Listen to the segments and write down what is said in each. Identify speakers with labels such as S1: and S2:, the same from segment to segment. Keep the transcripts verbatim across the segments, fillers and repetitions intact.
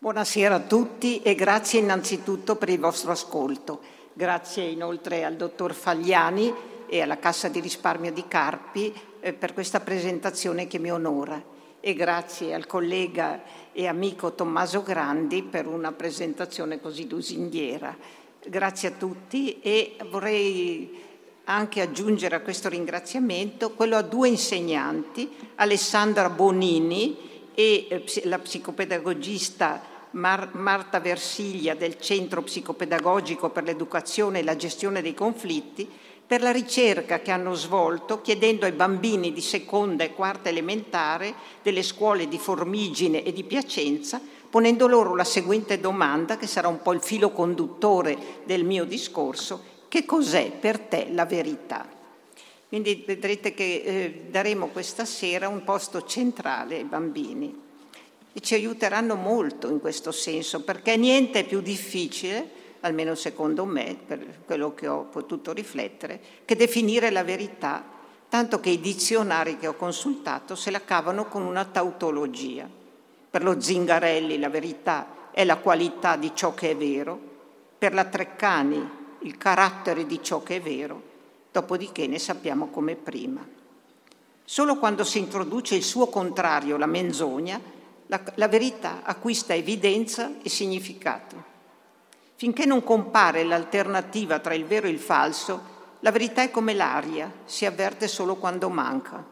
S1: Buonasera a tutti e grazie innanzitutto per il vostro ascolto. Grazie inoltre al dottor Fagliani e alla Cassa di Risparmio di Carpi eh, per questa presentazione che mi onora. E grazie al collega e amico Tommaso Grandi per una presentazione così lusinghiera. Grazie a tutti e vorrei anche aggiungere a questo ringraziamento quello a due insegnanti, Alessandra Bonini e la psicopedagogista Mar- Marta Versiglia del Centro Psicopedagogico per l'Educazione e la Gestione dei Conflitti, per la ricerca che hanno svolto chiedendo ai bambini di seconda e quarta elementare delle scuole di Formigine e di Piacenza, ponendo loro la seguente domanda, che sarà un po' il filo conduttore del mio discorso: che cos'è per te la verità? Quindi vedrete che eh, daremo questa sera un posto centrale ai bambini e ci aiuteranno molto in questo senso, perché niente è più difficile, almeno secondo me, per quello che ho potuto riflettere, che definire la verità, tanto che i dizionari che ho consultato se la cavano con una tautologia. Per lo Zingarelli la verità è la qualità di ciò che è vero, per la Treccani il carattere di ciò che è vero, dopodiché ne sappiamo come prima. Solo quando si introduce il suo contrario, la menzogna, la, la verità acquista evidenza e significato. Finché non compare l'alternativa tra il vero e il falso, la verità è come l'aria, si avverte solo quando manca.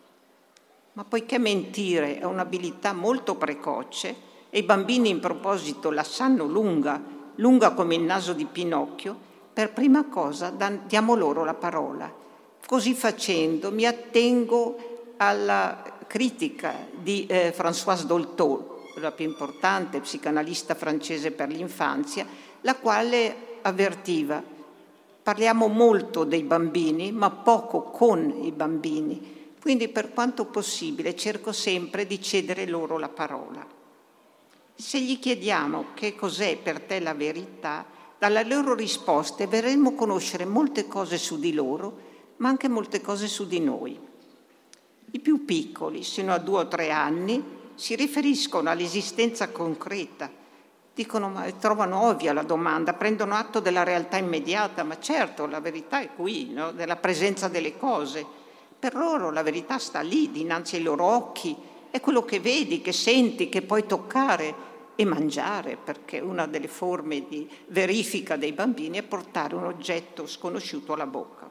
S1: Ma poiché mentire è un'abilità molto precoce e i bambini in proposito la sanno lunga, lunga come il naso di Pinocchio, per prima cosa diamo loro la parola. Così facendo mi attengo alla critica di eh, Françoise Dolto, la più importante psicanalista francese per l'infanzia, la quale avvertiva: parliamo molto dei bambini, ma poco con i bambini. Quindi per quanto possibile cerco sempre di cedere loro la parola. Se gli chiediamo che cos'è per te la verità, dalle loro risposte verremo a conoscere molte cose su di loro, ma anche molte cose su di noi. I più piccoli, sino a due o tre anni, si riferiscono all'esistenza concreta, dicono, ma trovano ovvia la domanda, prendono atto della realtà immediata, ma certo la verità è qui, no? Della presenza delle cose. Per loro la verità sta lì, dinanzi ai loro occhi, è quello che vedi, che senti, che puoi toccare e mangiare, perché una delle forme di verifica dei bambini è portare un oggetto sconosciuto alla bocca.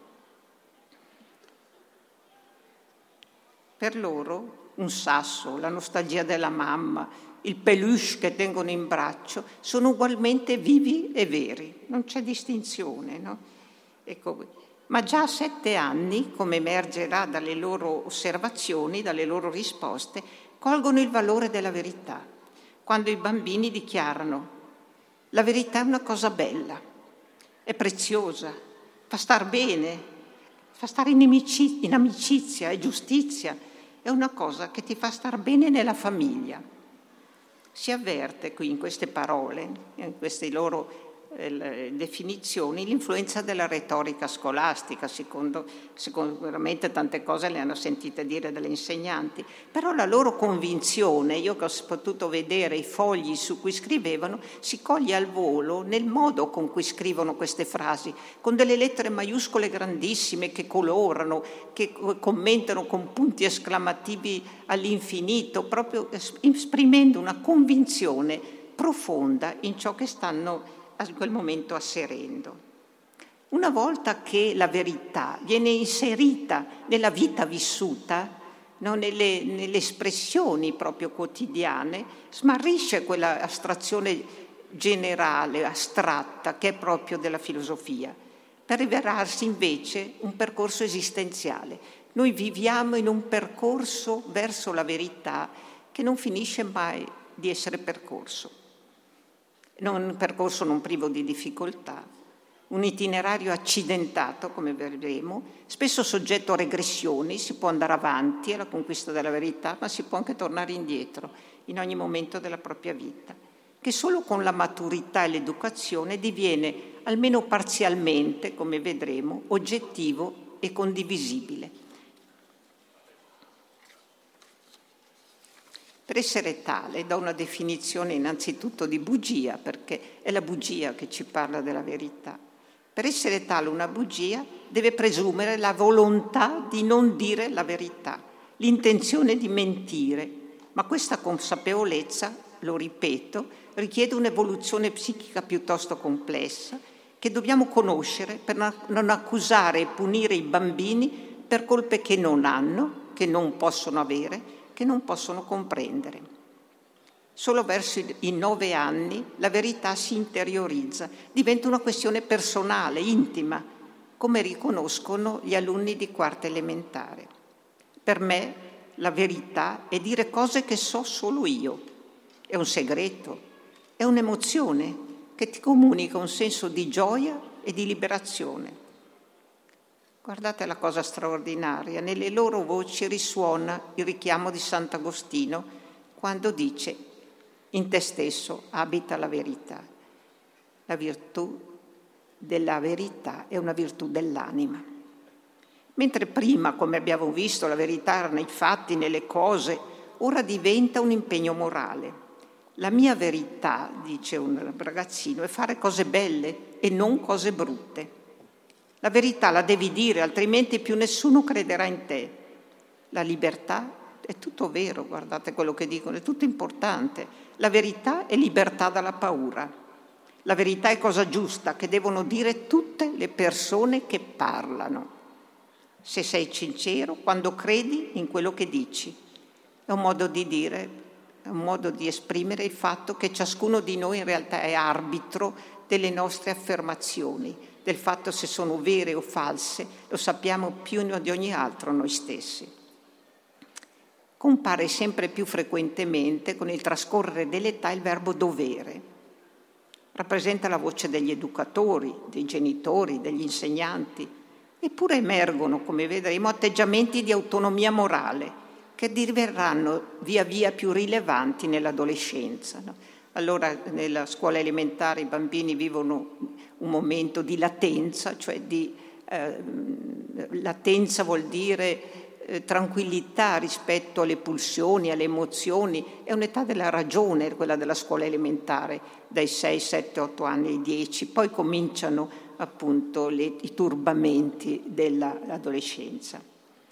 S1: Per loro un sasso, la nostalgia della mamma, il peluche che tengono in braccio sono ugualmente vivi e veri, non c'è distinzione, no? Ecco, ma già a sette anni, come emergerà dalle loro osservazioni, dalle loro risposte, colgono il valore della verità. Quando i bambini dichiarano: la verità è una cosa bella, è preziosa, fa star bene, fa stare in, amici- in amicizia, è giustizia, è una cosa che ti fa star bene nella famiglia. Si avverte qui in queste parole, in queste loro eh, definizioni, l'influenza della retorica scolastica, secondo, sicuramente tante cose le hanno sentite dire dalle insegnanti, però la loro convinzione, io che ho potuto vedere i fogli su cui scrivevano, si coglie al volo nel modo con cui scrivono queste frasi, con delle lettere maiuscole grandissime che colorano, che commentano con punti esclamativi all'infinito, proprio esprimendo una convinzione profonda in ciò che stanno in quel momento asserendo. Una volta che la verità viene inserita nella vita vissuta, no, nelle, nelle espressioni proprio quotidiane, smarrisce quella astrazione generale, astratta, che è proprio della filosofia, per rivelarsi invece un percorso esistenziale. Noi viviamo in un percorso verso la verità che non finisce mai di essere percorso. Non un percorso non privo di difficoltà, un itinerario accidentato, come vedremo, spesso soggetto a regressioni, si può andare avanti alla conquista della verità, ma si può anche tornare indietro in ogni momento della propria vita, che solo con la maturità e l'educazione diviene, almeno parzialmente, come vedremo, oggettivo e condivisibile. Per essere tale, do una definizione innanzitutto di bugia, perché è la bugia che ci parla della verità. Per essere tale una bugia deve presumere la volontà di non dire la verità, l'intenzione di mentire, ma questa consapevolezza, lo ripeto, richiede un'evoluzione psichica piuttosto complessa che dobbiamo conoscere per non accusare e punire i bambini per colpe che non hanno, che non possono avere, che non possono comprendere. Solo verso i nove anni la verità si interiorizza, diventa una questione personale, intima, come riconoscono gli alunni di quarta elementare. Per me la verità è dire cose che so solo io, è un segreto, è un'emozione che ti comunica un senso di gioia e di liberazione. Guardate la cosa straordinaria, nelle loro voci risuona il richiamo di Sant'Agostino quando dice: in te stesso abita la verità. La virtù della verità è una virtù dell'anima. Mentre prima, come abbiamo visto, la verità era nei fatti, nelle cose, ora diventa un impegno morale. La mia verità, dice un ragazzino, è fare cose belle e non cose brutte. La verità la devi dire, altrimenti più nessuno crederà in te. La libertà è tutto vero, guardate quello che dicono, è tutto importante. La verità è libertà dalla paura. La verità è cosa giusta che devono dire tutte le persone che parlano. Se sei sincero, quando credi in quello che dici. È un modo di dire, è un modo di esprimere il fatto che ciascuno di noi in realtà è arbitro delle nostre affermazioni, del fatto se sono vere o false, lo sappiamo più di ogni altro noi stessi. Compare sempre più frequentemente con il trascorrere dell'età il verbo dovere. Rappresenta la voce degli educatori, dei genitori, degli insegnanti, eppure emergono, come vedremo, atteggiamenti di autonomia morale che diverranno via via più rilevanti nell'adolescenza. No? Allora nella scuola elementare i bambini vivono un momento di latenza, cioè di eh, latenza vuol dire eh, tranquillità rispetto alle pulsioni, alle emozioni. È un'età della ragione quella della scuola elementare, dai sei, sette, otto anni ai dieci, poi cominciano appunto le, i turbamenti dell'adolescenza.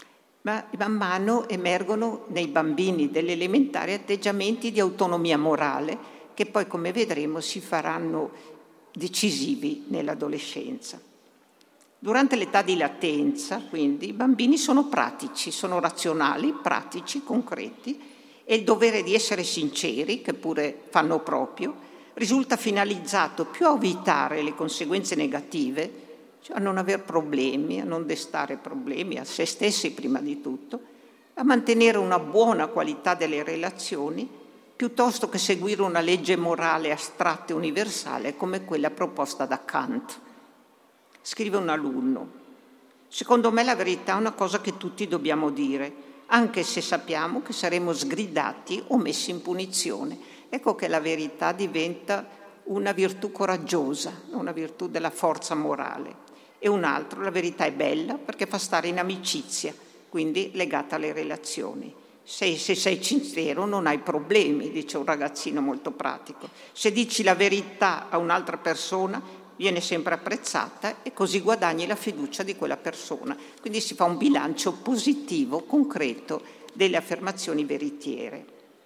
S1: Ma man mano emergono nei bambini dell'elementare atteggiamenti di autonomia morale che poi, come vedremo, si faranno decisivi nell'adolescenza. Durante l'età di latenza, quindi, i bambini sono pratici, sono razionali, pratici, concreti, e il dovere di essere sinceri, che pure fanno proprio, risulta finalizzato più a evitare le conseguenze negative, cioè a non aver problemi, a non destare problemi a se stessi prima di tutto, a mantenere una buona qualità delle relazioni, piuttosto che seguire una legge morale astratta e universale come quella proposta da Kant. Scrive un alunno: secondo me la verità è una cosa che tutti dobbiamo dire, anche se sappiamo che saremo sgridati o messi in punizione. Ecco che la verità diventa una virtù coraggiosa, una virtù della forza morale. E un altro, la verità è bella perché fa stare in amicizia, quindi legata alle relazioni. Se, se sei sincero non hai problemi, dice un ragazzino molto pratico. Se dici la verità a un'altra persona viene sempre apprezzata e così guadagni la fiducia di quella persona. Quindi si fa un bilancio positivo, concreto, delle affermazioni veritiere.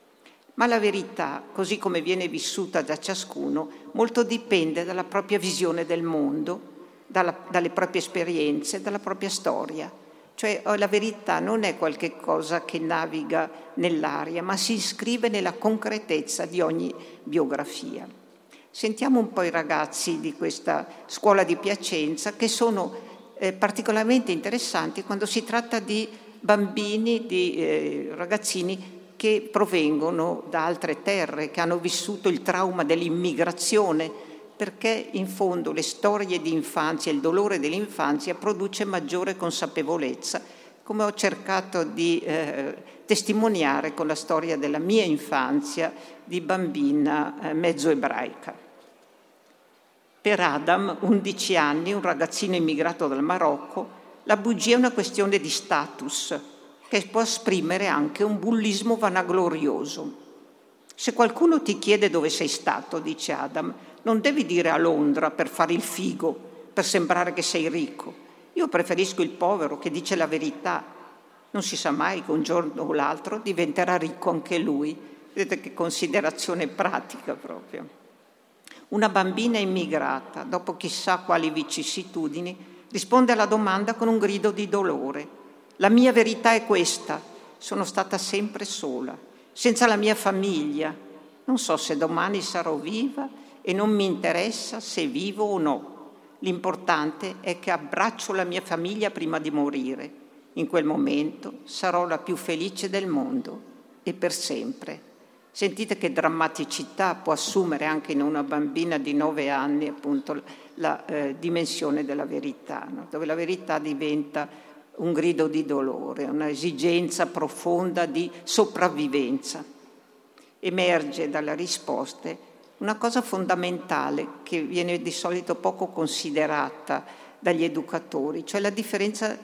S1: Ma la verità, così come viene vissuta da ciascuno, molto dipende dalla propria visione del mondo, dalla, dalle proprie esperienze, dalla propria storia. Cioè la verità non è qualche cosa che naviga nell'aria, ma si iscrive nella concretezza di ogni biografia. Sentiamo un po' i ragazzi di questa scuola di Piacenza, che sono eh, particolarmente interessanti quando si tratta di bambini, di eh, ragazzini che provengono da altre terre, che hanno vissuto il trauma dell'immigrazione, perché in fondo le storie di infanzia, il dolore dell'infanzia produce maggiore consapevolezza, come ho cercato di eh, testimoniare con la storia della mia infanzia di bambina eh, mezzo ebraica. Per Adam, undici anni, un ragazzino immigrato dal Marocco, la bugia è una questione di status, che può esprimere anche un bullismo vanaglorioso. Se qualcuno ti chiede dove sei stato, dice Adam, non devi dire a Londra per fare il figo, per sembrare che sei ricco. Io preferisco il povero che dice la verità. Non si sa mai che un giorno o l'altro diventerà ricco anche lui. Vedete che considerazione pratica proprio. Una bambina immigrata, dopo chissà quali vicissitudini, risponde alla domanda con un grido di dolore. La mia verità è questa: sono stata sempre sola, senza la mia famiglia. Non so se domani sarò viva e non mi interessa se vivo o no. L'importante è che abbraccio la mia famiglia prima di morire. In quel momento sarò la più felice del mondo e per sempre. Sentite che drammaticità può assumere anche in una bambina di nove anni appunto la eh, dimensione della verità, no? Dove la verità diventa un grido di dolore, un'esigenza profonda di sopravvivenza. Emerge dalle risposte una cosa fondamentale che viene di solito poco considerata dagli educatori, cioè la differenza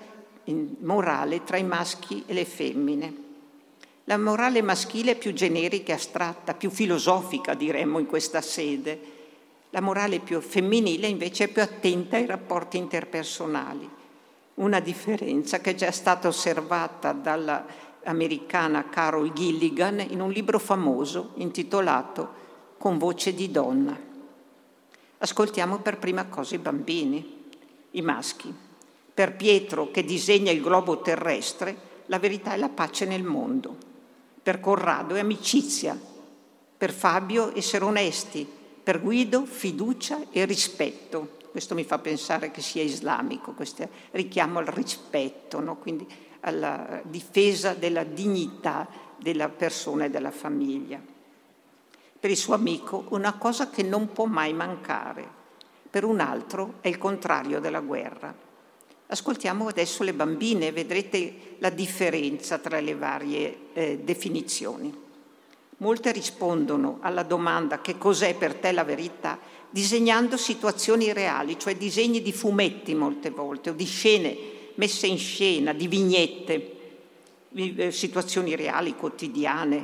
S1: morale tra i maschi e le femmine. La morale maschile è più generica e astratta, più filosofica diremmo in questa sede. La morale più femminile invece è più attenta ai rapporti interpersonali. Una differenza che è già stata osservata dall'americana Carol Gilligan in un libro famoso intitolato Con voce di donna. Ascoltiamo per prima cosa i bambini, i maschi. Per Pietro, che disegna il globo terrestre, la verità è la pace nel mondo. Per Corrado è amicizia, per Fabio essere onesti, per Guido fiducia e rispetto. Questo mi fa pensare che sia islamico, questo richiamo al rispetto, no? Quindi alla difesa della dignità della persona e della famiglia. Per il suo amico una cosa che non può mai mancare, per un altro è il contrario della guerra. Ascoltiamo adesso le bambine, vedrete la differenza tra le varie eh, definizioni. Molte rispondono alla domanda che cos'è per te la verità, disegnando situazioni reali, cioè disegni di fumetti molte volte, o di scene messe in scena, di vignette, eh, situazioni reali, quotidiane,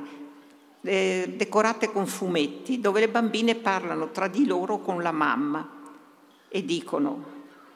S1: eh, decorate con fumetti, dove le bambine parlano tra di loro con la mamma e dicono: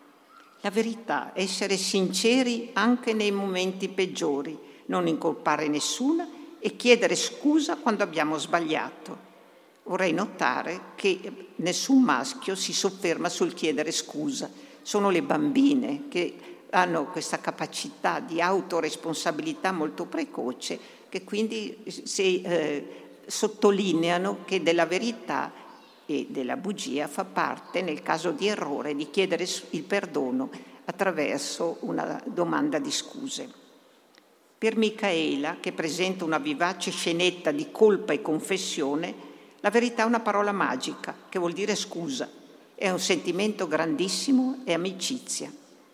S1: la verità è essere sinceri anche nei momenti peggiori, non incolpare nessuna e chiedere scusa quando abbiamo sbagliato. Vorrei notare che nessun maschio si sofferma sul chiedere scusa. Sono le bambine che hanno questa capacità di autoresponsabilità molto precoce, che quindi si eh, sottolineano che della verità e della bugia fa parte, nel caso di errore, di chiedere il perdono attraverso una domanda di scuse. Per Micaela, che presenta una vivace scenetta di colpa e confessione, la verità è una parola magica che vuol dire scusa, è un sentimento grandissimo e amicizia.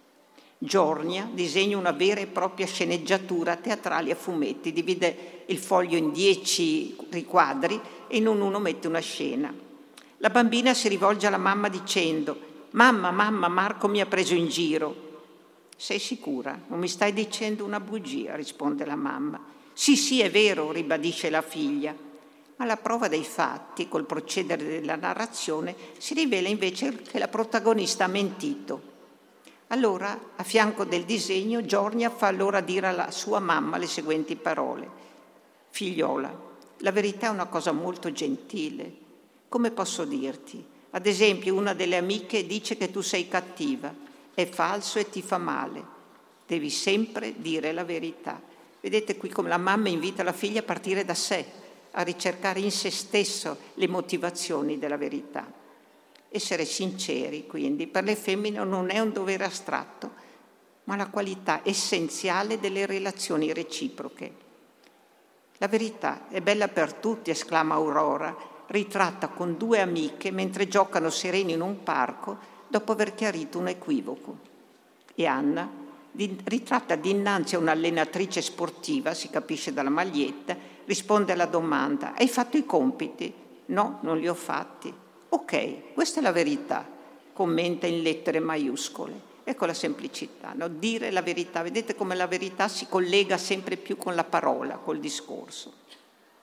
S1: Giornia disegna una vera e propria sceneggiatura teatrale a fumetti, divide il foglio in dieci riquadri e in uno mette una scena. La bambina si rivolge alla mamma dicendo: mamma, mamma, Marco mi ha preso in giro. Sei sicura? Non mi stai dicendo una bugia, risponde la mamma. Sì, sì, è vero, ribadisce la figlia. Ma alla prova dei fatti, col procedere della narrazione, si rivela invece che la protagonista ha mentito. Allora, a fianco del disegno, Giornia fa allora dire alla sua mamma le seguenti parole: figliola, la verità è una cosa molto gentile. Come posso dirti? Ad esempio, una delle amiche dice che tu sei cattiva, è falso e ti fa male. Devi sempre dire la verità. Vedete qui come la mamma invita la figlia a partire da sé, a ricercare in se stesso le motivazioni della verità. Essere sinceri, quindi, per le femmine non è un dovere astratto, ma la qualità essenziale delle relazioni reciproche. La verità è bella per tutti, esclama Aurora, ritratta con due amiche mentre giocano sereni in un parco dopo aver chiarito un equivoco. E Anna, di, ritratta dinanzi a un'allenatrice sportiva, si capisce dalla maglietta, risponde alla domanda: hai fatto i compiti? No, non li ho fatti. Ok, questa è la verità, commenta in lettere maiuscole. Ecco la semplicità, no? Dire la verità. Vedete come la verità si collega sempre più con la parola, col discorso.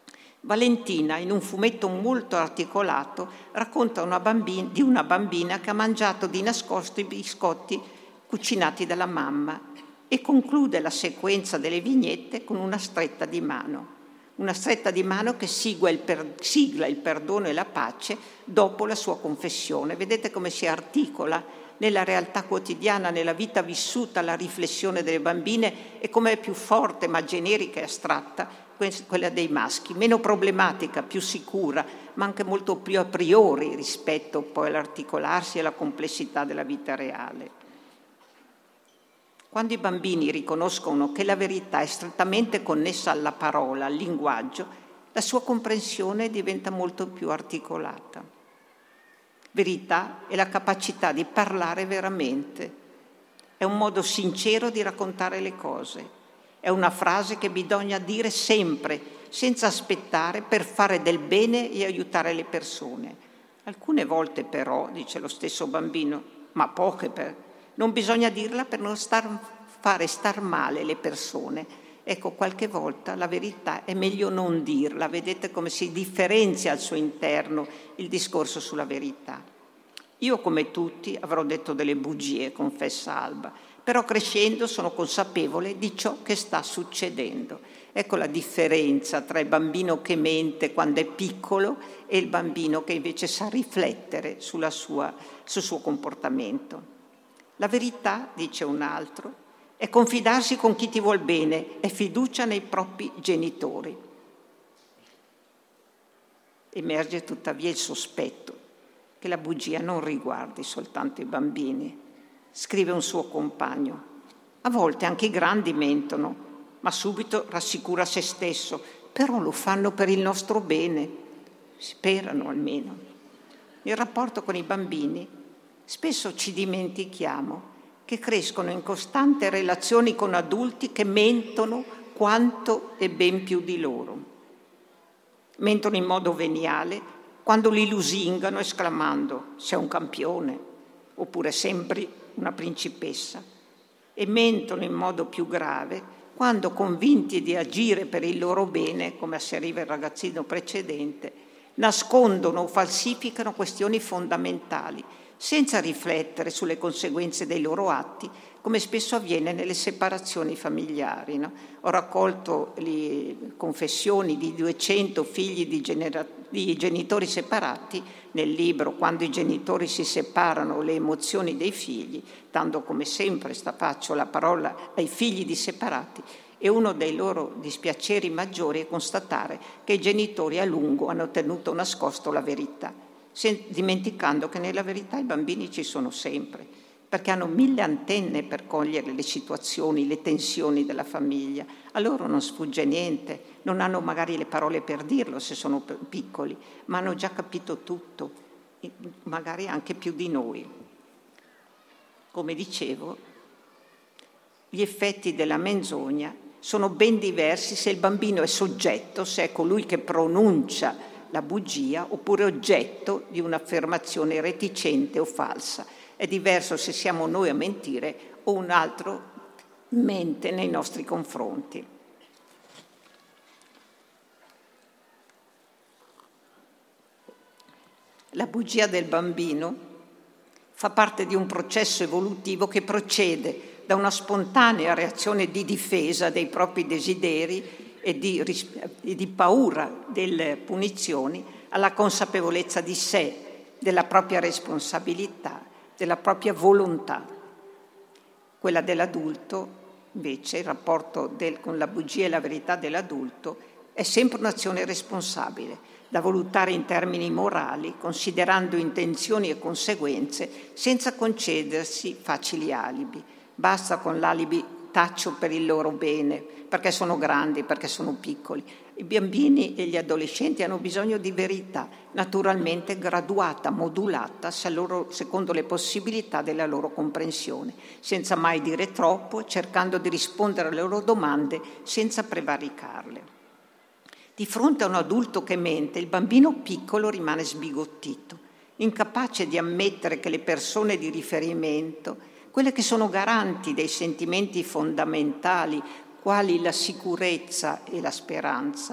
S1: Valentina, in un fumetto molto articolato, racconta una bambina, di una bambina che ha mangiato di nascosto i biscotti cucinati dalla mamma e conclude la sequenza delle vignette con una stretta di mano. Una stretta di mano che sigla il, per, sigla il perdono e la pace dopo la sua confessione. Vedete come si articola nella realtà quotidiana, nella vita vissuta, la riflessione delle bambine e come è più forte, ma generica e astratta, quella dei maschi, meno problematica, più sicura, ma anche molto più a priori rispetto poi all'articolarsi e alla complessità della vita reale. Quando i bambini riconoscono che la verità è strettamente connessa alla parola, al linguaggio, la sua comprensione diventa molto più articolata. Verità è la capacità di parlare veramente, è un modo sincero di raccontare le cose, è una frase che bisogna dire sempre, senza aspettare, per fare del bene e aiutare le persone. Alcune volte però, dice lo stesso bambino, ma poche per... non bisogna dirla per non star, fare star male le persone. Ecco, qualche volta la verità è meglio non dirla. Vedete come si differenzia al suo interno il discorso sulla verità. Io, come tutti, avrò detto delle bugie, confessa Alba, però crescendo sono consapevole di ciò che sta succedendo. Ecco la differenza tra il bambino che mente quando è piccolo e il bambino che invece sa riflettere sulla sua, sul suo comportamento. La verità, dice un altro, è confidarsi con chi ti vuol bene, è fiducia nei propri genitori. Emerge tuttavia il sospetto che la bugia non riguardi soltanto i bambini. Scrive un suo compagno. A volte anche i grandi mentono, ma subito rassicura se stesso. Però lo fanno per il nostro bene. Sperano almeno. Nel rapporto con i bambini spesso ci dimentichiamo che crescono in costante relazioni con adulti che mentono quanto e ben più di loro. Mentono in modo veniale quando li lusingano esclamando «sei un campione» oppure «sembri una principessa», e mentono in modo più grave quando, convinti di agire per il loro bene, come asseriva il ragazzino precedente, nascondono o falsificano questioni fondamentali, senza riflettere sulle conseguenze dei loro atti, come spesso avviene nelle separazioni familiari. No? Ho raccolto le confessioni di duecento figli di, genera- di genitori separati nel libro «Quando i genitori si separano, le emozioni dei figli», dando come sempre sta faccio la parola ai figli di separati, e uno dei loro dispiaceri maggiori è constatare che i genitori a lungo hanno tenuto nascosto la verità, dimenticando che nella verità i bambini ci sono sempre, perché hanno mille antenne per cogliere le situazioni, le tensioni della famiglia. A loro non sfugge niente, non hanno magari le parole per dirlo se sono piccoli, ma hanno già capito tutto, magari anche più di noi. Come dicevo, gli effetti della menzogna sono ben diversi se il bambino è soggetto, se è colui che pronuncia la bugia, oppure oggetto di un'affermazione reticente o falsa. È diverso se siamo noi a mentire o un altro mente nei nostri confronti. La bugia del bambino fa parte di un processo evolutivo che procede da una spontanea reazione di difesa dei propri desideri e di, e di paura delle punizioni alla consapevolezza di sé, della propria responsabilità, della propria volontà. Quella dell'adulto, invece, il rapporto del, con la bugia e la verità dell'adulto è sempre un'azione responsabile, da valutare in termini morali, considerando intenzioni e conseguenze, senza concedersi facili alibi. Basta con l'alibi taccio per il loro bene, perché sono grandi, perché sono piccoli. I bambini e gli adolescenti hanno bisogno di verità, naturalmente graduata, modulata secondo le possibilità della loro comprensione, senza mai dire troppo, cercando di rispondere alle loro domande senza prevaricarle. Di fronte a un adulto che mente, il bambino piccolo rimane sbigottito, incapace di ammettere che le persone di riferimento, quelle che sono garanti dei sentimenti fondamentali, quali la sicurezza e la speranza,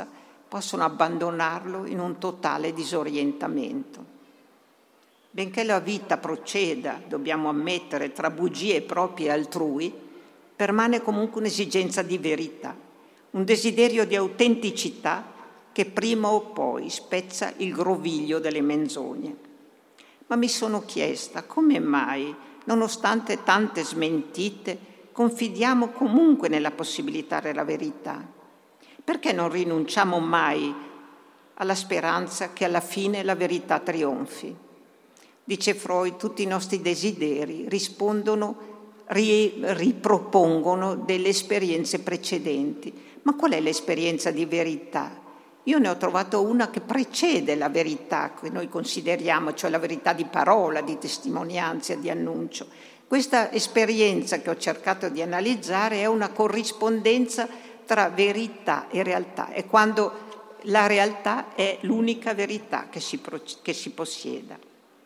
S1: possono abbandonarlo in un totale disorientamento. Benché la vita proceda, dobbiamo ammettere, tra bugie proprie e altrui, permane comunque un'esigenza di verità, un desiderio di autenticità che prima o poi spezza il groviglio delle menzogne. Ma mi sono chiesta come mai, nonostante tante smentite, confidiamo comunque nella possibilità della verità. Perché non rinunciamo mai alla speranza che alla fine la verità trionfi? Dice Freud, tutti i nostri desideri rispondono, ri, ripropongono delle esperienze precedenti. Ma qual è l'esperienza di verità? Io ne ho trovato una che precede la verità che noi consideriamo, cioè la verità di parola, di testimonianza, di annuncio. Questa esperienza che ho cercato di analizzare è una corrispondenza tra verità e realtà, è quando la realtà è l'unica verità che si, che si possieda.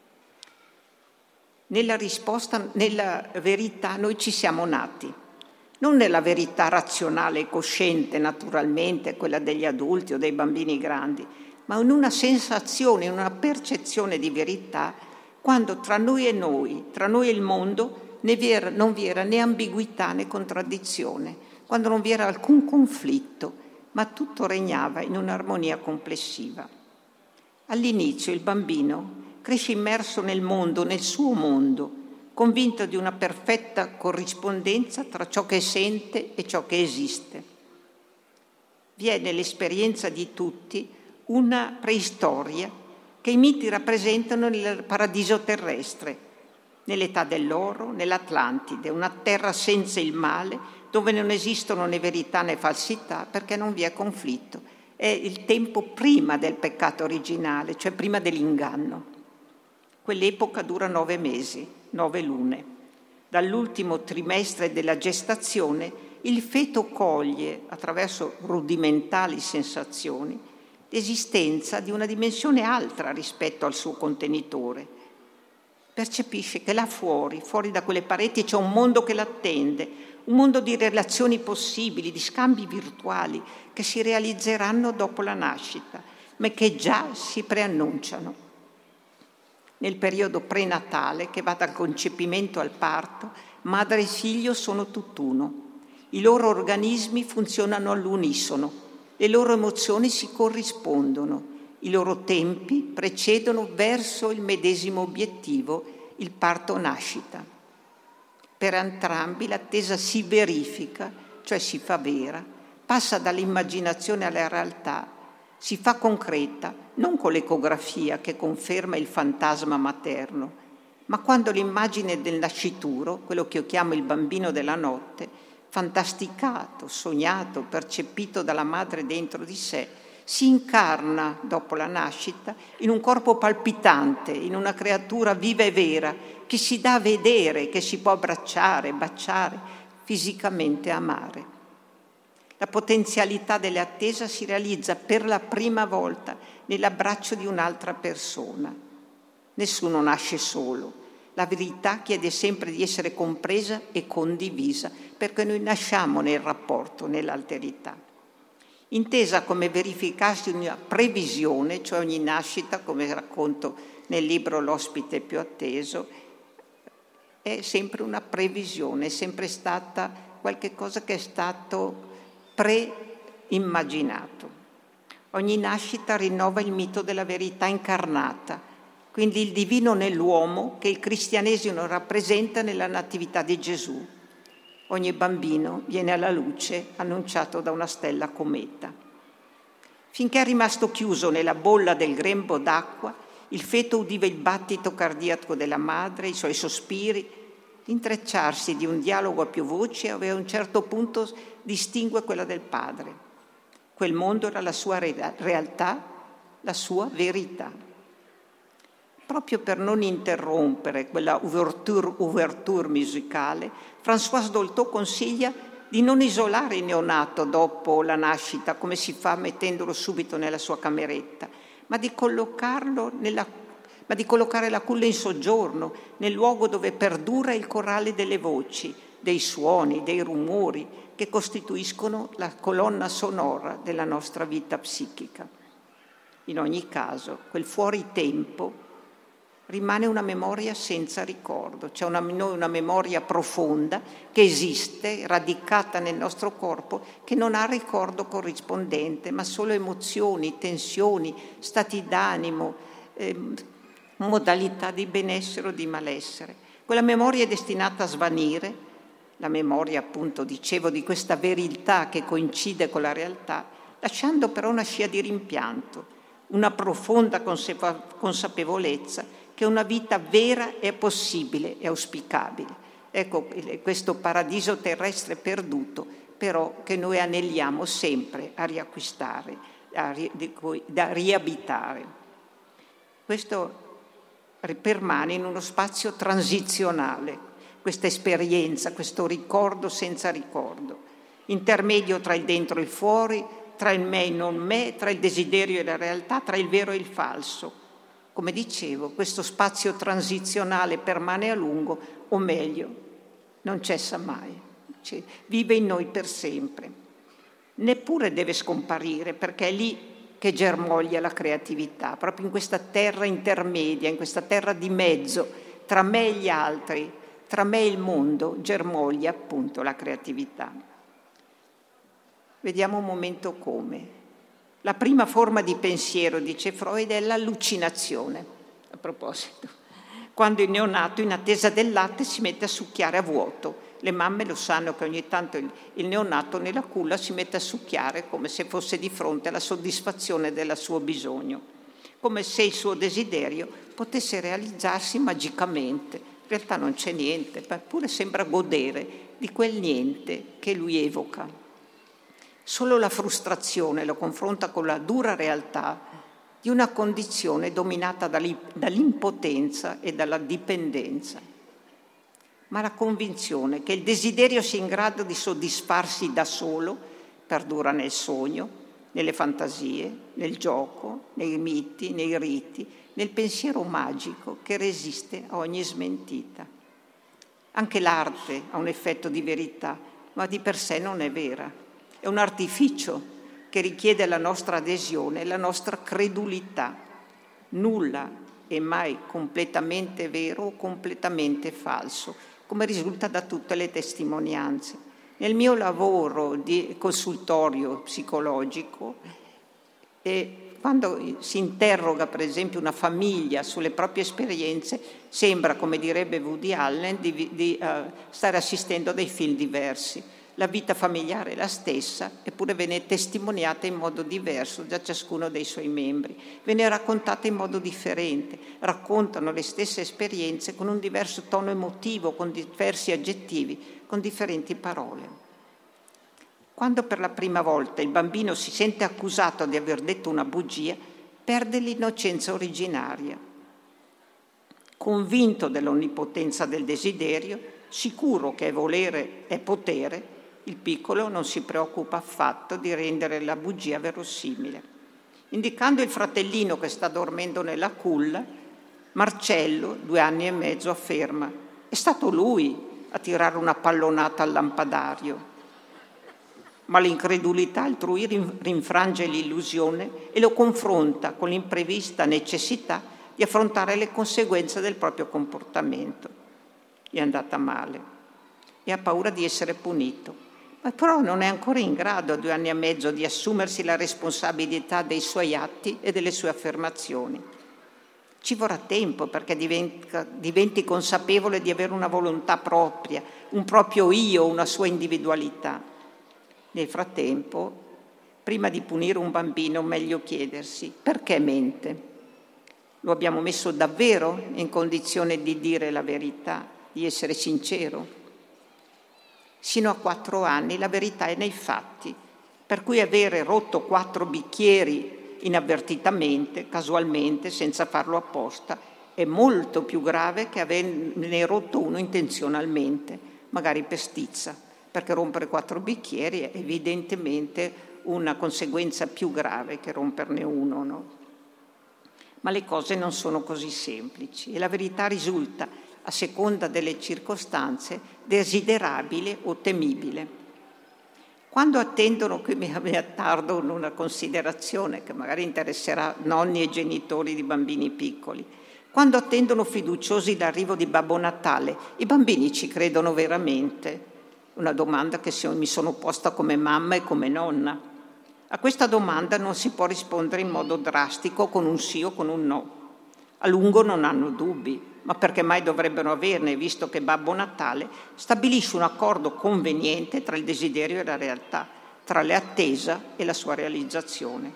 S1: Nella risposta, nella verità noi ci siamo nati, non nella verità razionale e cosciente, naturalmente, quella degli adulti o dei bambini grandi, ma in una sensazione, in una percezione di verità, quando tra noi e noi, tra noi e il mondo, ne vi era, non vi era né ambiguità né contraddizione, quando non vi era alcun conflitto, ma tutto regnava in un'armonia complessiva. All'inizio il bambino cresce immerso nel mondo, nel suo mondo, convinto di una perfetta corrispondenza tra ciò che sente e ciò che esiste. Vi è nell'esperienza di tutti una preistoria che i miti rappresentano nel paradiso terrestre, nell'età dell'oro, nell'Atlantide, una terra senza il male, dove non esistono né verità né falsità, perché non vi è conflitto. È il tempo prima del peccato originale, cioè prima dell'inganno. Quell'epoca dura nove mesi, nove lune. Dall'ultimo trimestre della gestazione, il feto coglie, attraverso rudimentali sensazioni, l'esistenza di una dimensione altra rispetto al suo contenitore. Percepisce che là fuori, fuori da quelle pareti, c'è un mondo che l'attende, un mondo di relazioni possibili, di scambi virtuali che si realizzeranno dopo la nascita, ma che già si preannunciano. Nel periodo prenatale, che va dal concepimento al parto, madre e figlio sono tutt'uno. I loro organismi funzionano all'unisono, le loro emozioni si corrispondono, i loro tempi precedono verso il medesimo obiettivo, il parto-nascita. Per entrambi l'attesa si verifica, cioè si fa vera, passa dall'immaginazione alla realtà, si fa concreta, non con l'ecografia che conferma il fantasma materno, ma quando l'immagine del nascituro, quello che io chiamo il bambino della notte, fantasticato, sognato, percepito dalla madre dentro di sé, si incarna dopo la nascita in un corpo palpitante, in una creatura viva e vera, che si dà a vedere, che si può abbracciare, baciare, fisicamente amare. La potenzialità dell'attesa si realizza per la prima volta nell'abbraccio di un'altra persona. Nessuno nasce solo. La verità chiede sempre di essere compresa e condivisa, perché noi nasciamo nel rapporto, nell'alterità. Intesa come verificarsi una previsione, cioè ogni nascita, come racconto nel libro L'ospite più atteso, è sempre una previsione, è sempre stata qualche cosa che è stato preimmaginato. Ogni nascita rinnova il mito della verità incarnata, quindi il divino nell'uomo che il cristianesimo rappresenta nella natività di Gesù. Ogni bambino viene alla luce annunciato da una stella cometa. Finché è rimasto chiuso nella bolla del grembo d'acqua, il feto udiva il battito cardiaco della madre, i suoi sospiri, l'intrecciarsi di un dialogo a più voci, e a un certo punto distingue quella del padre. Quel mondo era la sua re- realtà, la sua verità. Proprio per non interrompere quella ouverture, ouverture musicale, Françoise Dolto consiglia di non isolare il neonato dopo la nascita, come si fa mettendolo subito nella sua cameretta, ma di collocarlo nella, ma di collocare la culla in soggiorno, nel luogo dove perdura il corale delle voci, dei suoni, dei rumori che costituiscono la colonna sonora della nostra vita psichica. In ogni caso, quel fuori tempo rimane una memoria senza ricordo, c'è una, una memoria profonda che esiste, radicata nel nostro corpo, che non ha ricordo corrispondente, ma solo emozioni, tensioni, stati d'animo, eh, modalità di benessere o di malessere. Quella memoria è destinata a svanire, la memoria appunto, dicevo, di questa verità che coincide con la realtà, lasciando però una scia di rimpianto, una profonda consapevolezza che una vita vera è possibile, è auspicabile. Ecco, questo paradiso terrestre perduto, però che noi aneliamo sempre a riacquistare, a ri, da riabitare. Questo permane in uno spazio transizionale, questa esperienza, questo ricordo senza ricordo, intermedio tra il dentro e il fuori, tra il me e il non me, tra il desiderio e la realtà, tra il vero e il falso. Come dicevo, questo spazio transizionale permane a lungo, o meglio, non cessa mai, cioè, vive in noi per sempre. Neppure deve scomparire, perché è lì che germoglia la creatività, proprio in questa terra intermedia, in questa terra di mezzo, tra me e gli altri, tra me e il mondo, germoglia appunto la creatività. Vediamo un momento come. La prima forma di pensiero, dice Freud, è l'allucinazione. A proposito, quando il neonato in attesa del latte si mette a succhiare a vuoto. Le mamme lo sanno che ogni tanto il, il neonato nella culla si mette a succhiare come se fosse di fronte alla soddisfazione del suo bisogno, come se il suo desiderio potesse realizzarsi magicamente. In realtà non c'è niente, eppure sembra godere di quel niente che lui evoca. Solo la frustrazione lo confronta con la dura realtà di una condizione dominata dall'impotenza e dalla dipendenza. Ma la convinzione che il desiderio sia in grado di soddisfarsi da solo perdura nel sogno, nelle fantasie, nel gioco, nei miti, nei riti, nel pensiero magico che resiste a ogni smentita. Anche l'arte ha un effetto di verità, ma di per sé non è vera. È un artificio che richiede la nostra adesione e la nostra credulità. Nulla è mai completamente vero o completamente falso, come risulta da tutte le testimonianze. Nel mio lavoro di consultorio psicologico, e quando si interroga per esempio una famiglia sulle proprie esperienze, sembra, come direbbe Woody Allen, di, di uh, stare assistendo a dei film diversi. La vita familiare è la stessa, eppure viene testimoniata in modo diverso da ciascuno dei suoi membri. Viene raccontata in modo differente, raccontano le stesse esperienze con un diverso tono emotivo, con diversi aggettivi, con differenti parole. Quando per la prima volta il bambino si sente accusato di aver detto una bugia, perde l'innocenza originaria. Convinto dell'onnipotenza del desiderio, sicuro che volere è potere, il piccolo non si preoccupa affatto di rendere la bugia verosimile. Indicando il fratellino che sta dormendo nella culla, Marcello, due anni e mezzo, afferma: è stato lui a tirare una pallonata al lampadario. Ma l'incredulità altrui rinfrange l'illusione e lo confronta con l'imprevista necessità di affrontare le conseguenze del proprio comportamento. Gli è andata male e ha paura di essere punito. Ma però non è ancora in grado a due anni e mezzo di assumersi la responsabilità dei suoi atti e delle sue affermazioni. Ci vorrà tempo perché diventa, diventi consapevole di avere una volontà propria, un proprio io, una sua individualità. Nel frattempo, prima di punire un bambino, meglio chiedersi: perché mente? Lo abbiamo messo davvero in condizione di dire la verità, di essere sincero? Sino a quattro anni la verità è nei fatti, per cui avere rotto quattro bicchieri inavvertitamente, casualmente, senza farlo apposta, è molto più grave che averne rotto uno intenzionalmente, magari per stizza, perché rompere quattro bicchieri è evidentemente una conseguenza più grave che romperne uno, no? Ma le cose non sono così semplici e la verità risulta a seconda delle circostanze, desiderabile o temibile. Quando attendono, qui mi, mi attardo in una considerazione che magari interesserà nonni e genitori di bambini piccoli, quando attendono fiduciosi l'arrivo di Babbo Natale, i bambini ci credono veramente? Una domanda che mi sono posta come mamma e come nonna. A questa domanda non si può rispondere in modo drastico con un sì o con un no. A lungo non hanno dubbi, ma perché mai dovrebbero averne, visto che Babbo Natale stabilisce un accordo conveniente tra il desiderio e la realtà, tra l'attesa e la sua realizzazione.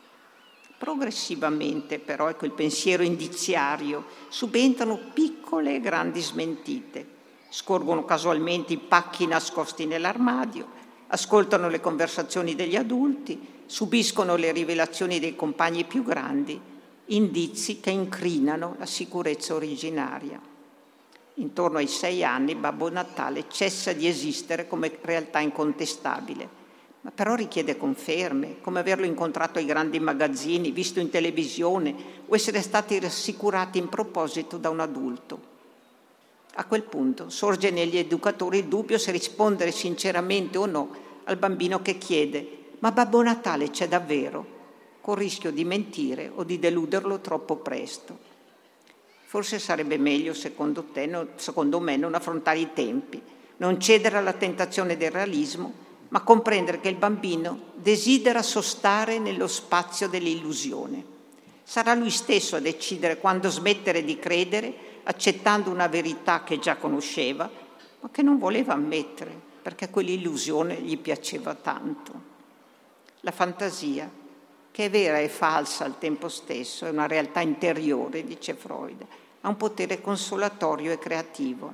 S1: Progressivamente, però, ecco il pensiero indiziario, subentrano piccole e grandi smentite. Scorgono casualmente i pacchi nascosti nell'armadio, ascoltano le conversazioni degli adulti, subiscono le rivelazioni dei compagni più grandi, indizi che incrinano la sicurezza originaria. Intorno ai sei anni Babbo Natale cessa di esistere come realtà incontestabile, ma però richiede conferme, come averlo incontrato ai grandi magazzini, visto in televisione o essere stati rassicurati in proposito da un adulto. A quel punto sorge negli educatori il dubbio se rispondere sinceramente o no al bambino che chiede «Ma Babbo Natale c'è davvero?», col rischio di mentire o di deluderlo troppo presto. Forse sarebbe meglio, secondo te, no, secondo me, non affrontare i tempi, non cedere alla tentazione del realismo, ma comprendere che il bambino desidera sostare nello spazio dell'illusione. Sarà lui stesso a decidere quando smettere di credere, accettando una verità che già conosceva, ma che non voleva ammettere, perché quell'illusione gli piaceva tanto. La fantasia, che è vera e falsa al tempo stesso, è una realtà interiore, dice Freud, ha un potere consolatorio e creativo.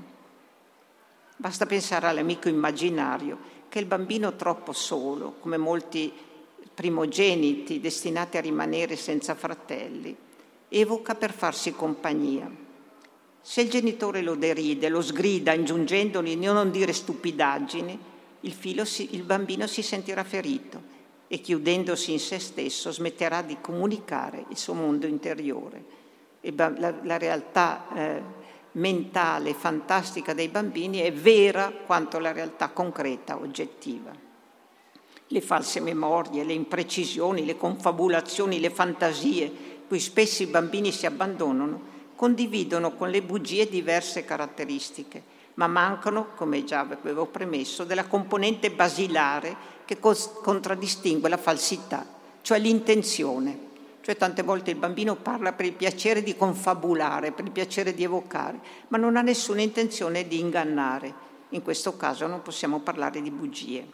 S1: Basta pensare all'amico immaginario, che il bambino troppo solo, come molti primogeniti destinati a rimanere senza fratelli, evoca per farsi compagnia. Se il genitore lo deride, lo sgrida, ingiungendogli di non dire stupidaggini, il, filo si, il bambino si sentirà ferito e chiudendosi in se stesso smetterà di comunicare il suo mondo interiore. E la, la realtà eh, mentale, fantastica dei bambini è vera quanto la realtà concreta, oggettiva. Le false memorie, le imprecisioni, le confabulazioni, le fantasie cui spesso i bambini si abbandonano condividono con le bugie diverse caratteristiche, ma mancano, come già avevo premesso, della componente basilare che contraddistingue la falsità, cioè l'intenzione. Cioè tante volte il bambino parla per il piacere di confabulare, per il piacere di evocare, ma non ha nessuna intenzione di ingannare. In questo caso non possiamo parlare di bugie.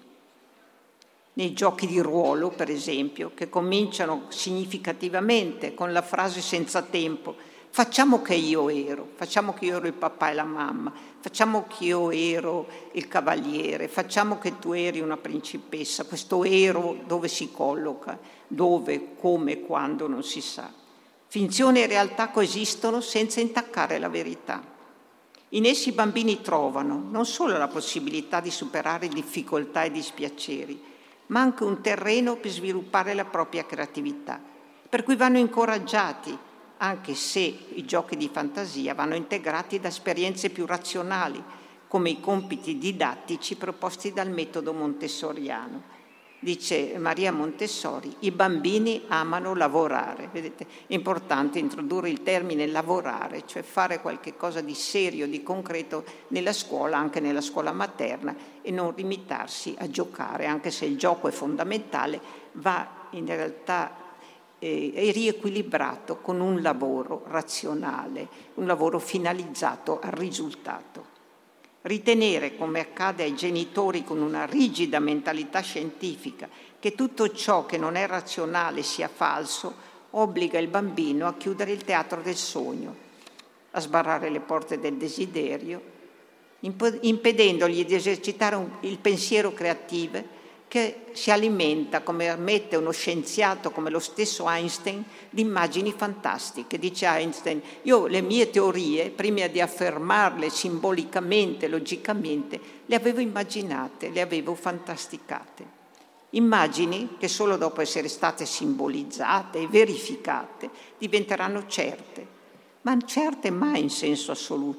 S1: Nei giochi di ruolo, per esempio, che cominciano significativamente con la frase senza tempo: facciamo che io ero, facciamo che io ero il papà e la mamma, facciamo che io ero il cavaliere, facciamo che tu eri una principessa. Questo ero dove si colloca? Dove, come, quando, non si sa. Finzione e realtà coesistono senza intaccare la verità. In essi i bambini trovano non solo la possibilità di superare difficoltà e dispiaceri, ma anche un terreno per sviluppare la propria creatività, per cui vanno incoraggiati, anche se i giochi di fantasia vanno integrati da esperienze più razionali, come i compiti didattici proposti dal metodo montessoriano. Dice Maria Montessori, i bambini amano lavorare. Vedete, è importante introdurre il termine lavorare, cioè fare qualche cosa di serio, di concreto nella scuola, anche nella scuola materna, e non limitarsi a giocare, anche se il gioco è fondamentale, va in realtà è riequilibrato con un lavoro razionale, un lavoro finalizzato al risultato. Ritenere, come accade ai genitori con una rigida mentalità scientifica, che tutto ciò che non è razionale sia falso, obbliga il bambino a chiudere il teatro del sogno, a sbarrare le porte del desiderio, impedendogli di esercitare un, il pensiero creativo che si alimenta, come ammette uno scienziato come lo stesso Einstein, di immagini fantastiche. Dice Einstein, io le mie teorie, prima di affermarle simbolicamente, logicamente, le avevo immaginate, le avevo fantasticate. Immagini che solo dopo essere state simbolizzate e verificate diventeranno certe, ma certe mai in senso assoluto,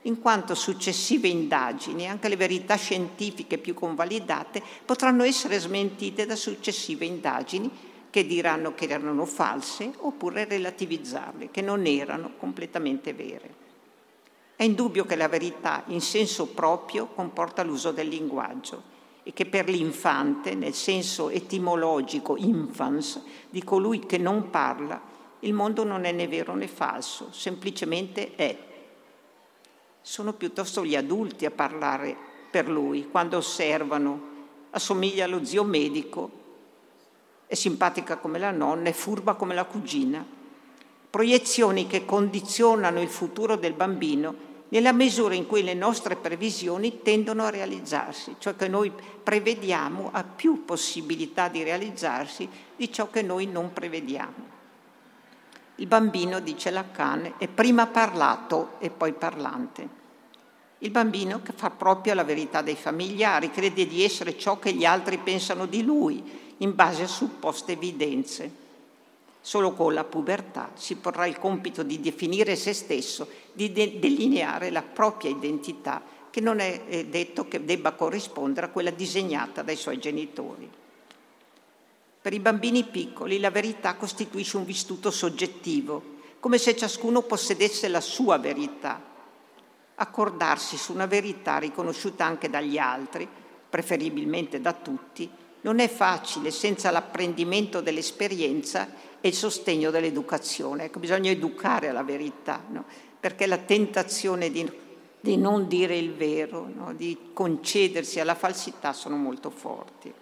S1: in quanto successive indagini, anche le verità scientifiche più convalidate, potranno essere smentite da successive indagini che diranno che erano false oppure relativizzarle, che non erano completamente vere. È indubbio che la verità in senso proprio comporta l'uso del linguaggio e che per l'infante, nel senso etimologico infans, di colui che non parla, il mondo non è né vero né falso, semplicemente è. Sono piuttosto gli adulti a parlare per lui, quando osservano, assomiglia allo zio medico, è simpatica come la nonna, è furba come la cugina. Proiezioni che condizionano il futuro del bambino nella misura in cui le nostre previsioni tendono a realizzarsi, cioè che noi prevediamo ha più possibilità di realizzarsi di ciò che noi non prevediamo. Il bambino, dice Lacan, è prima parlato e poi parlante. Il bambino che fa proprio la verità dei familiari, crede di essere ciò che gli altri pensano di lui, in base a supposte evidenze. Solo con la pubertà si porrà il compito di definire se stesso, di de- delineare la propria identità, che non è detto che debba corrispondere a quella disegnata dai suoi genitori. Per i bambini piccoli la verità costituisce un vissuto soggettivo, come se ciascuno possedesse la sua verità. Accordarsi su una verità riconosciuta anche dagli altri, preferibilmente da tutti, non è facile senza l'apprendimento dell'esperienza e il sostegno dell'educazione. Ecco, bisogna educare alla verità, no? Perché la tentazione di, di non dire il vero, no? Di concedersi alla falsità sono molto forti.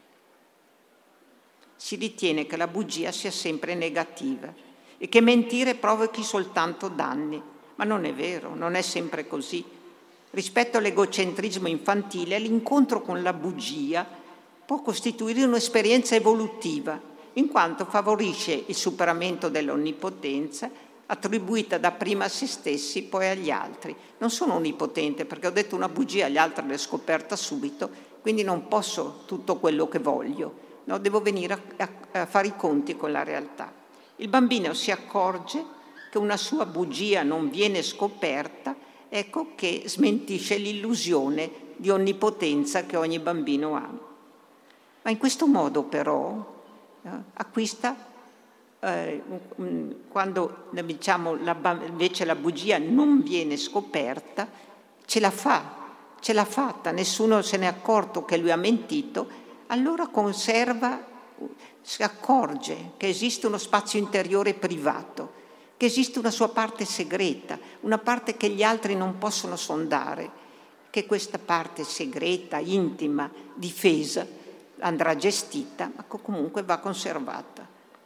S1: Si ritiene che la bugia sia sempre negativa e che mentire provochi soltanto danni, ma non è vero, non è sempre così. Rispetto all'egocentrismo infantile, l'incontro con la bugia può costituire un'esperienza evolutiva, in quanto favorisce il superamento dell'onnipotenza attribuita dapprima a se stessi, poi agli altri. Non sono onnipotente perché ho detto una bugia, agli altri l'ho scoperta subito, quindi non posso tutto quello che voglio, no? Devo venire a, a, a fare i conti con la realtà. Il bambino si accorge che una sua bugia non viene scoperta, ecco che smentisce l'illusione di onnipotenza che ogni bambino ha. Ma in questo modo però eh, acquista, eh, quando diciamo, la, invece la bugia non viene scoperta, ce la fa, ce l'ha fatta, nessuno se n'è accorto che lui ha mentito, allora conserva, si accorge che esiste uno spazio interiore privato, che esiste una sua parte segreta, una parte che gli altri non possono sondare, che questa parte segreta, intima, difesa, andrà gestita, ma comunque va conservata.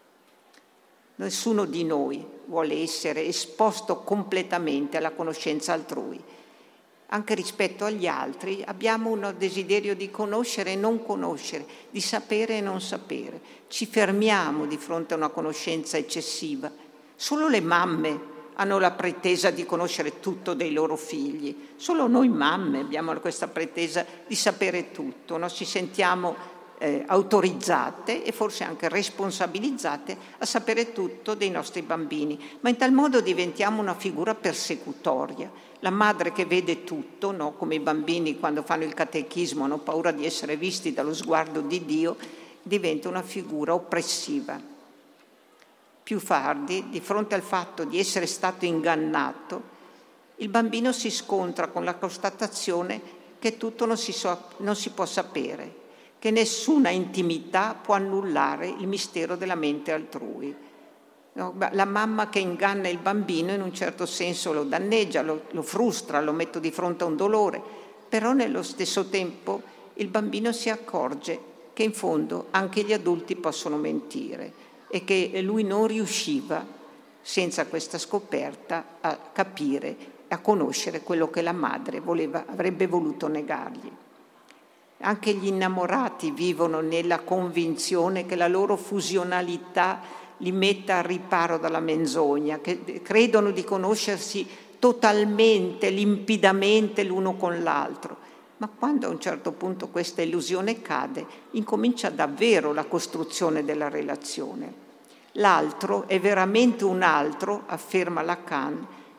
S1: Nessuno di noi vuole essere esposto completamente alla conoscenza altrui. Anche rispetto agli altri abbiamo un desiderio di conoscere e non conoscere, di sapere e non sapere. Ci fermiamo di fronte a una conoscenza eccessiva. Solo le mamme hanno la pretesa di conoscere tutto dei loro figli. Solo noi mamme abbiamo questa pretesa di sapere tutto, no? Ci sentiamo Eh, autorizzate e forse anche responsabilizzate a sapere tutto dei nostri bambini, ma in tal modo diventiamo una figura persecutoria. La madre che vede tutto, no? Come i bambini quando fanno il catechismo hanno paura di essere visti dallo sguardo di Dio, diventa una figura oppressiva. Più tardi, di fronte al fatto di essere stato ingannato, il bambino si scontra con la constatazione che tutto non si, so, non si può sapere, che nessuna intimità può annullare il mistero della mente altrui. No, la mamma che inganna il bambino in un certo senso lo danneggia, lo, lo frustra, lo mette di fronte a un dolore, però nello stesso tempo il bambino si accorge che in fondo anche gli adulti possono mentire e che lui non riusciva, senza questa scoperta, a capire, a conoscere quello che la madre voleva, avrebbe voluto negargli. Anche gli innamorati vivono nella convinzione che la loro fusionalità li metta al riparo dalla menzogna, che credono di conoscersi totalmente, limpidamente l'uno con l'altro. Ma quando a un certo punto questa illusione cade, incomincia davvero la costruzione della relazione. L'altro è veramente un altro, afferma Lacan,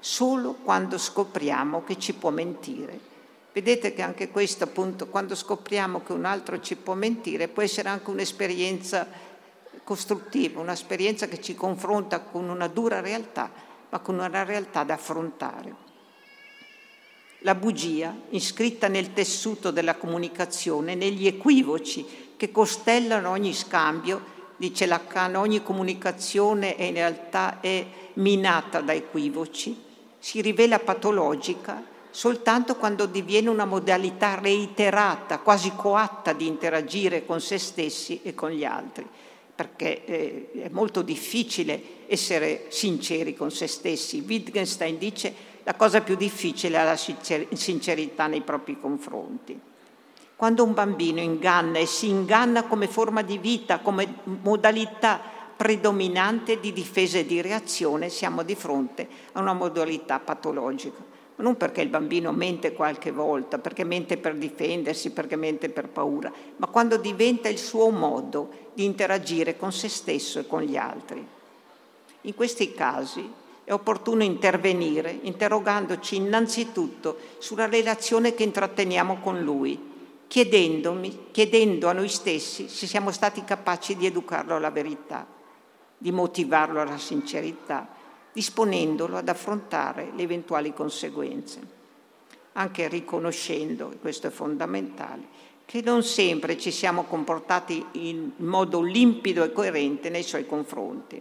S1: solo quando scopriamo che ci può mentire. Vedete che anche questo, appunto, quando scopriamo che un altro ci può mentire, può essere anche un'esperienza costruttiva, un'esperienza che ci confronta con una dura realtà, ma con una realtà da affrontare. La bugia, iscritta nel tessuto della comunicazione, negli equivoci che costellano ogni scambio, dice Lacan, ogni comunicazione è in realtà è minata da equivoci, si rivela patologica soltanto quando diviene una modalità reiterata, quasi coatta di interagire con se stessi e con gli altri, perché eh, è molto difficile essere sinceri con se stessi. Wittgenstein dice la cosa più difficile è la sincerità nei propri confronti. Quando un bambino inganna e si inganna come forma di vita, come modalità predominante di difesa e di reazione, siamo di fronte a una modalità patologica. Ma non perché il bambino mente qualche volta, perché mente per difendersi, perché mente per paura, ma quando diventa il suo modo di interagire con se stesso e con gli altri. In questi casi è opportuno intervenire interrogandoci innanzitutto sulla relazione che intratteniamo con lui, chiedendomi, chiedendo a noi stessi se siamo stati capaci di educarlo alla verità, di motivarlo alla sincerità, disponendolo ad affrontare le eventuali conseguenze, anche riconoscendo, e questo è fondamentale, che non sempre ci siamo comportati in modo limpido e coerente nei suoi confronti.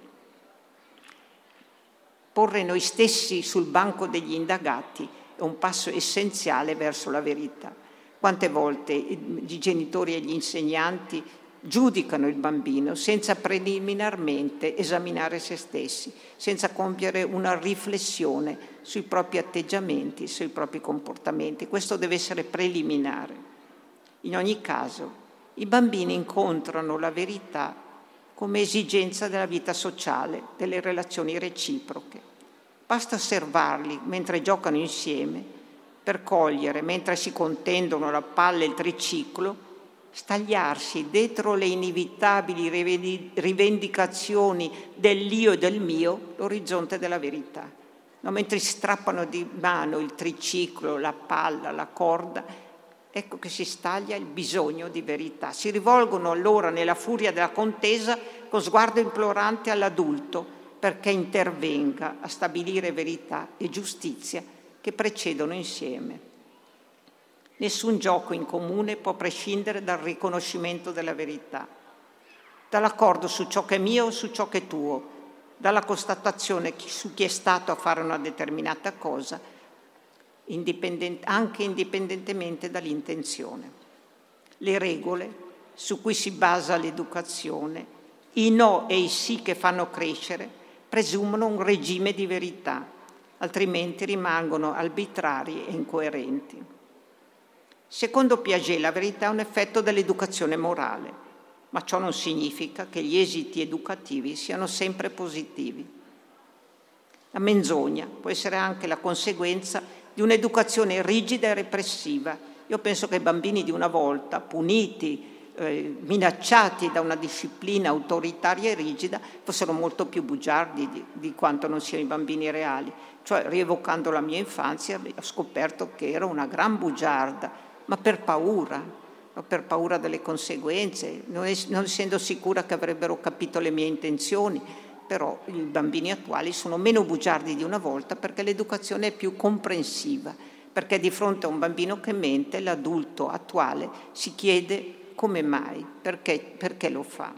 S1: Porre noi stessi sul banco degli indagati è un passo essenziale verso la verità. Quante volte i genitori e gli insegnanti giudicano il bambino senza preliminarmente esaminare se stessi, senza compiere una riflessione sui propri atteggiamenti, sui propri comportamenti. Questo deve essere preliminare. In ogni caso, i bambini incontrano la verità come esigenza della vita sociale, delle relazioni reciproche. Basta osservarli mentre giocano insieme per cogliere, mentre si contendono la palla e il triciclo, stagliarsi dietro le inevitabili rivendicazioni dell'io e del mio l'orizzonte della verità. No, mentre strappano di mano il triciclo, la palla, la corda, ecco che si staglia il bisogno di verità. Si rivolgono allora nella furia della contesa con sguardo implorante all'adulto perché intervenga a stabilire verità e giustizia che precedono insieme. Nessun gioco in comune può prescindere dal riconoscimento della verità, dall'accordo su ciò che è mio o su ciò che è tuo, dalla constatazione su chi è stato a fare una determinata cosa, indipendent- anche indipendentemente dall'intenzione. Le regole su cui si basa l'educazione, i no e i sì che fanno crescere, presumono un regime di verità, altrimenti rimangono arbitrari e incoerenti. Secondo Piaget, la verità è un effetto dell'educazione morale, ma ciò non significa che gli esiti educativi siano sempre positivi. La menzogna può essere anche la conseguenza di un'educazione rigida e repressiva. Io penso che i bambini di una volta, puniti, eh, minacciati da una disciplina autoritaria e rigida, fossero molto più bugiardi di, di quanto non siano i bambini reali. Cioè, rievocando la mia infanzia, ho scoperto che ero una gran bugiarda, ma per paura, per paura delle conseguenze, non, es- non essendo sicura che avrebbero capito le mie intenzioni. Però i bambini attuali sono meno bugiardi di una volta perché l'educazione è più comprensiva, perché di fronte a un bambino che mente l'adulto attuale si chiede come mai, perché, perché lo fa.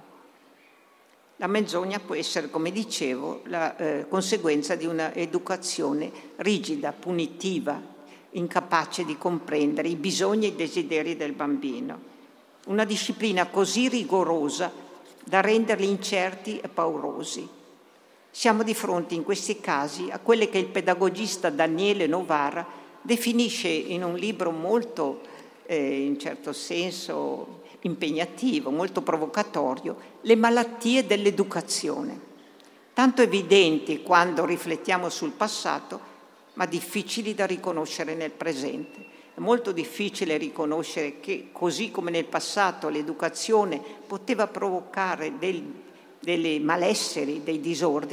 S1: La menzogna può essere, come dicevo, la eh, conseguenza di una educazione rigida, punitiva, incapace di comprendere i bisogni e i desideri del bambino. Una disciplina così rigorosa da renderli incerti e paurosi. Siamo di fronte in questi casi a quelle che il pedagogista Daniele Novara definisce in un libro molto, eh, in certo senso, impegnativo, molto provocatorio, le malattie dell'educazione, tanto evidenti quando riflettiamo sul passato, ma difficili da riconoscere nel presente. È molto difficile riconoscere che, così come nel passato l'educazione poteva provocare del, delle malesseri, dei disordini,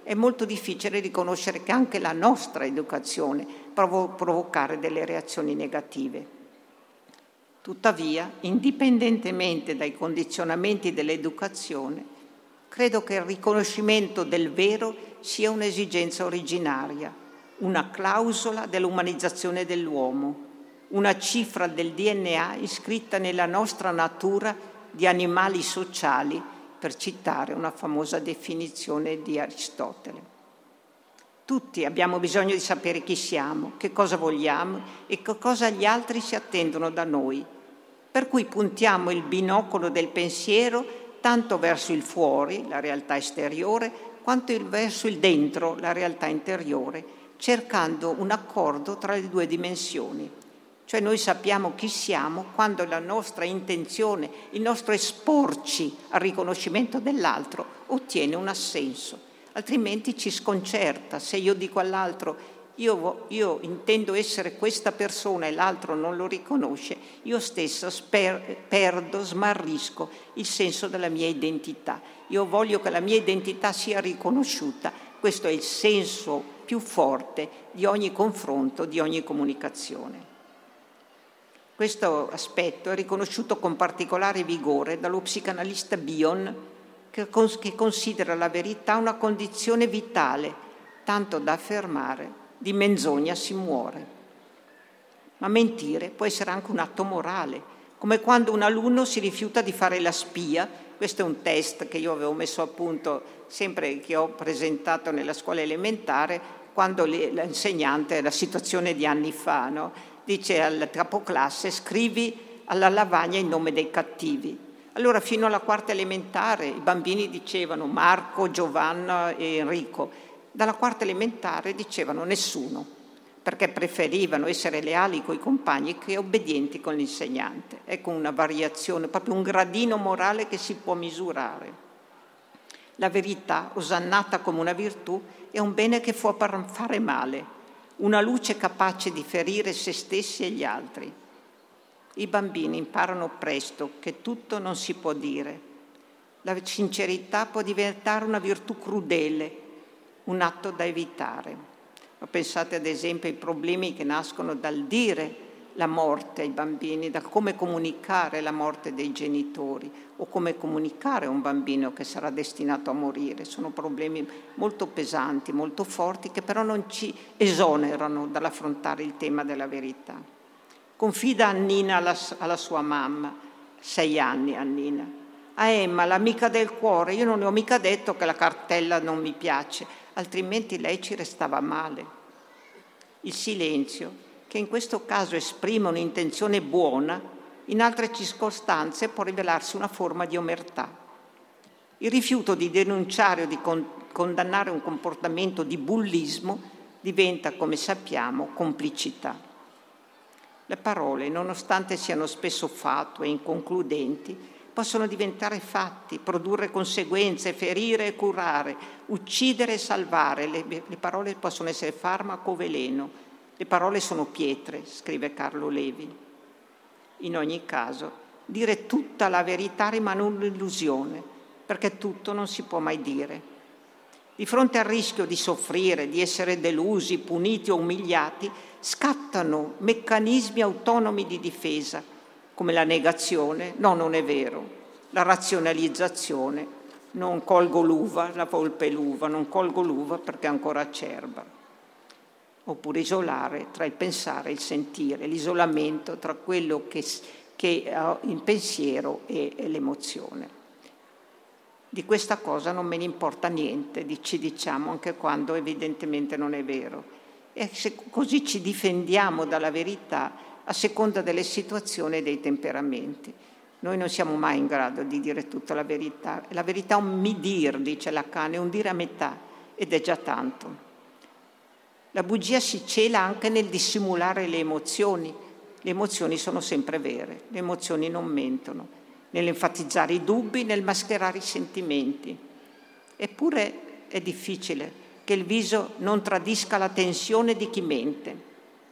S1: è molto difficile riconoscere che anche la nostra educazione può provocare delle reazioni negative. Tuttavia, indipendentemente dai condizionamenti dell'educazione, credo che il riconoscimento del vero sia un'esigenza originaria, una clausola dell'umanizzazione dell'uomo, una cifra del D N A iscritta nella nostra natura di animali sociali, per citare una famosa definizione di Aristotele. Tutti abbiamo bisogno di sapere chi siamo, che cosa vogliamo e che cosa gli altri si attendono da noi, per cui puntiamo il binocolo del pensiero tanto verso il fuori, la realtà esteriore, quanto verso il dentro, la realtà interiore, cercando un accordo tra le due dimensioni. Cioè noi sappiamo chi siamo quando la nostra intenzione, il nostro esporci al riconoscimento dell'altro ottiene un assenso, altrimenti ci sconcerta. Se io dico all'altro io, io intendo essere questa persona e l'altro non lo riconosce, io stessa sper, perdo, smarrisco il senso della mia identità. Io voglio che la mia identità sia riconosciuta. Questo è il senso più forte di ogni confronto, di ogni comunicazione. Questo aspetto è riconosciuto con particolare vigore dallo psicanalista Bion, che, cons- che considera la verità una condizione vitale, tanto da affermare: di menzogna si muore. Ma mentire può essere anche un atto morale, come quando un alunno si rifiuta di fare la spia. Questo è un test che io avevo messo a punto sempre che ho presentato nella scuola elementare, quando l'insegnante, la situazione di anni fa, no? Dice al capoclasse: scrivi alla lavagna il nome dei cattivi. Allora fino alla quarta elementare i bambini dicevano Marco, Giovanna e Enrico. Dalla quarta elementare dicevano nessuno, perché preferivano essere leali coi compagni che obbedienti con l'insegnante. Ecco una variazione, proprio un gradino morale che si può misurare. La verità, osannata come una virtù, è un bene che può fare male, una luce capace di ferire se stessi e gli altri. I bambini imparano presto che tutto non si può dire. La sincerità può diventare una virtù crudele, un atto da evitare. Ma pensate ad esempio ai problemi che nascono dal dire la morte ai bambini, da come comunicare la morte dei genitori o come comunicare a un bambino che sarà destinato a morire. Sono problemi molto pesanti, molto forti, che però non ci esonerano dall'affrontare il tema della verità. Confida Annina alla, alla sua mamma, sei anni Annina. A Emma, l'amica del cuore, io non le ho mica detto che la cartella non mi piace, altrimenti lei ci restava male. Il silenzio, che in questo caso esprime un'intenzione buona, in altre circostanze può rivelarsi una forma di omertà. Il rifiuto di denunciare o di con- condannare un comportamento di bullismo diventa, come sappiamo, complicità. Le parole, nonostante siano spesso fatue e inconcludenti, possono diventare fatti, produrre conseguenze, ferire e curare, uccidere e salvare. Le, le parole possono essere farmaco o veleno. Le parole sono pietre, scrive Carlo Levi. In ogni caso, dire tutta la verità rimane un'illusione, perché tutto non si può mai dire. Di fronte al rischio di soffrire, di essere delusi, puniti o umiliati, scattano meccanismi autonomi di difesa, come la negazione, no, non è vero, la razionalizzazione, non colgo l'uva, la volpe è l'uva, non colgo l'uva perché è ancora acerba. Oppure isolare tra il pensare e il sentire, l'isolamento tra quello che, che è il pensiero e, e l'emozione. Di questa cosa non me ne importa niente, ci diciamo anche quando evidentemente non è vero. E se così ci difendiamo dalla verità a seconda delle situazioni e dei temperamenti. Noi non siamo mai in grado di dire tutta la verità. La verità è un mi dir, dice Lacan, è un dire a metà, ed è già tanto. La bugia si cela anche nel dissimulare le emozioni. Le emozioni sono sempre vere, le emozioni non mentono, nell'enfatizzare i dubbi, nel mascherare i sentimenti. Eppure è difficile che il viso non tradisca la tensione di chi mente.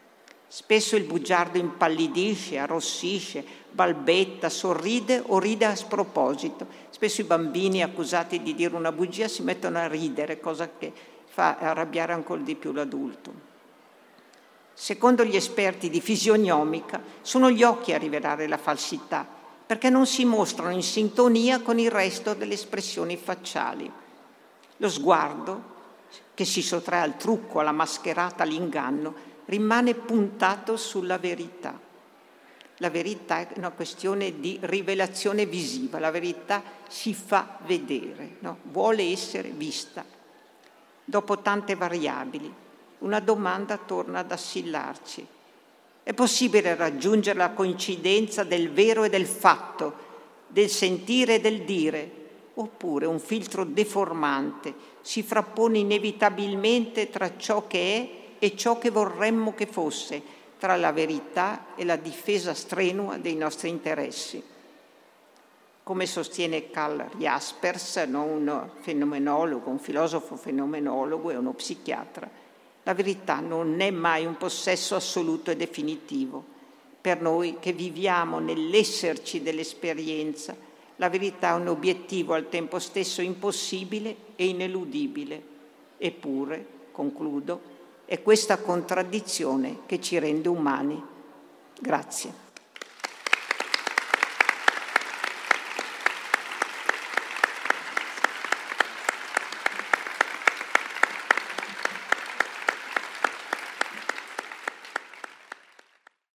S1: Spesso il bugiardo impallidisce, arrossisce, balbetta, sorride o ride a sproposito. Spesso i bambini accusati di dire una bugia si mettono a ridere, cosa che fa arrabbiare ancora di più l'adulto. Secondo gli esperti di fisionomica, sono gli occhi a rivelare la falsità, perché non si mostrano in sintonia con il resto delle espressioni facciali. Lo sguardo, che si sottrae al trucco, alla mascherata, all'inganno, rimane puntato sulla verità. La verità è una questione di rivelazione visiva, la verità si fa vedere, no? Vuole essere vista. Dopo tante variabili, una domanda torna ad assillarci. È possibile raggiungere la coincidenza del vero e del fatto, del sentire e del dire, oppure un filtro deformante si frappone inevitabilmente tra ciò che è e ciò che vorremmo che fosse, tra la verità e la difesa strenua dei nostri interessi. Come sostiene Karl Jaspers, non un fenomenologo, un filosofo fenomenologo e uno psichiatra, la verità non è mai un possesso assoluto e definitivo. Per noi che viviamo nell'esserci dell'esperienza, la verità è un obiettivo al tempo stesso impossibile e ineludibile. Eppure, concludo, è questa contraddizione che ci rende umani. Grazie.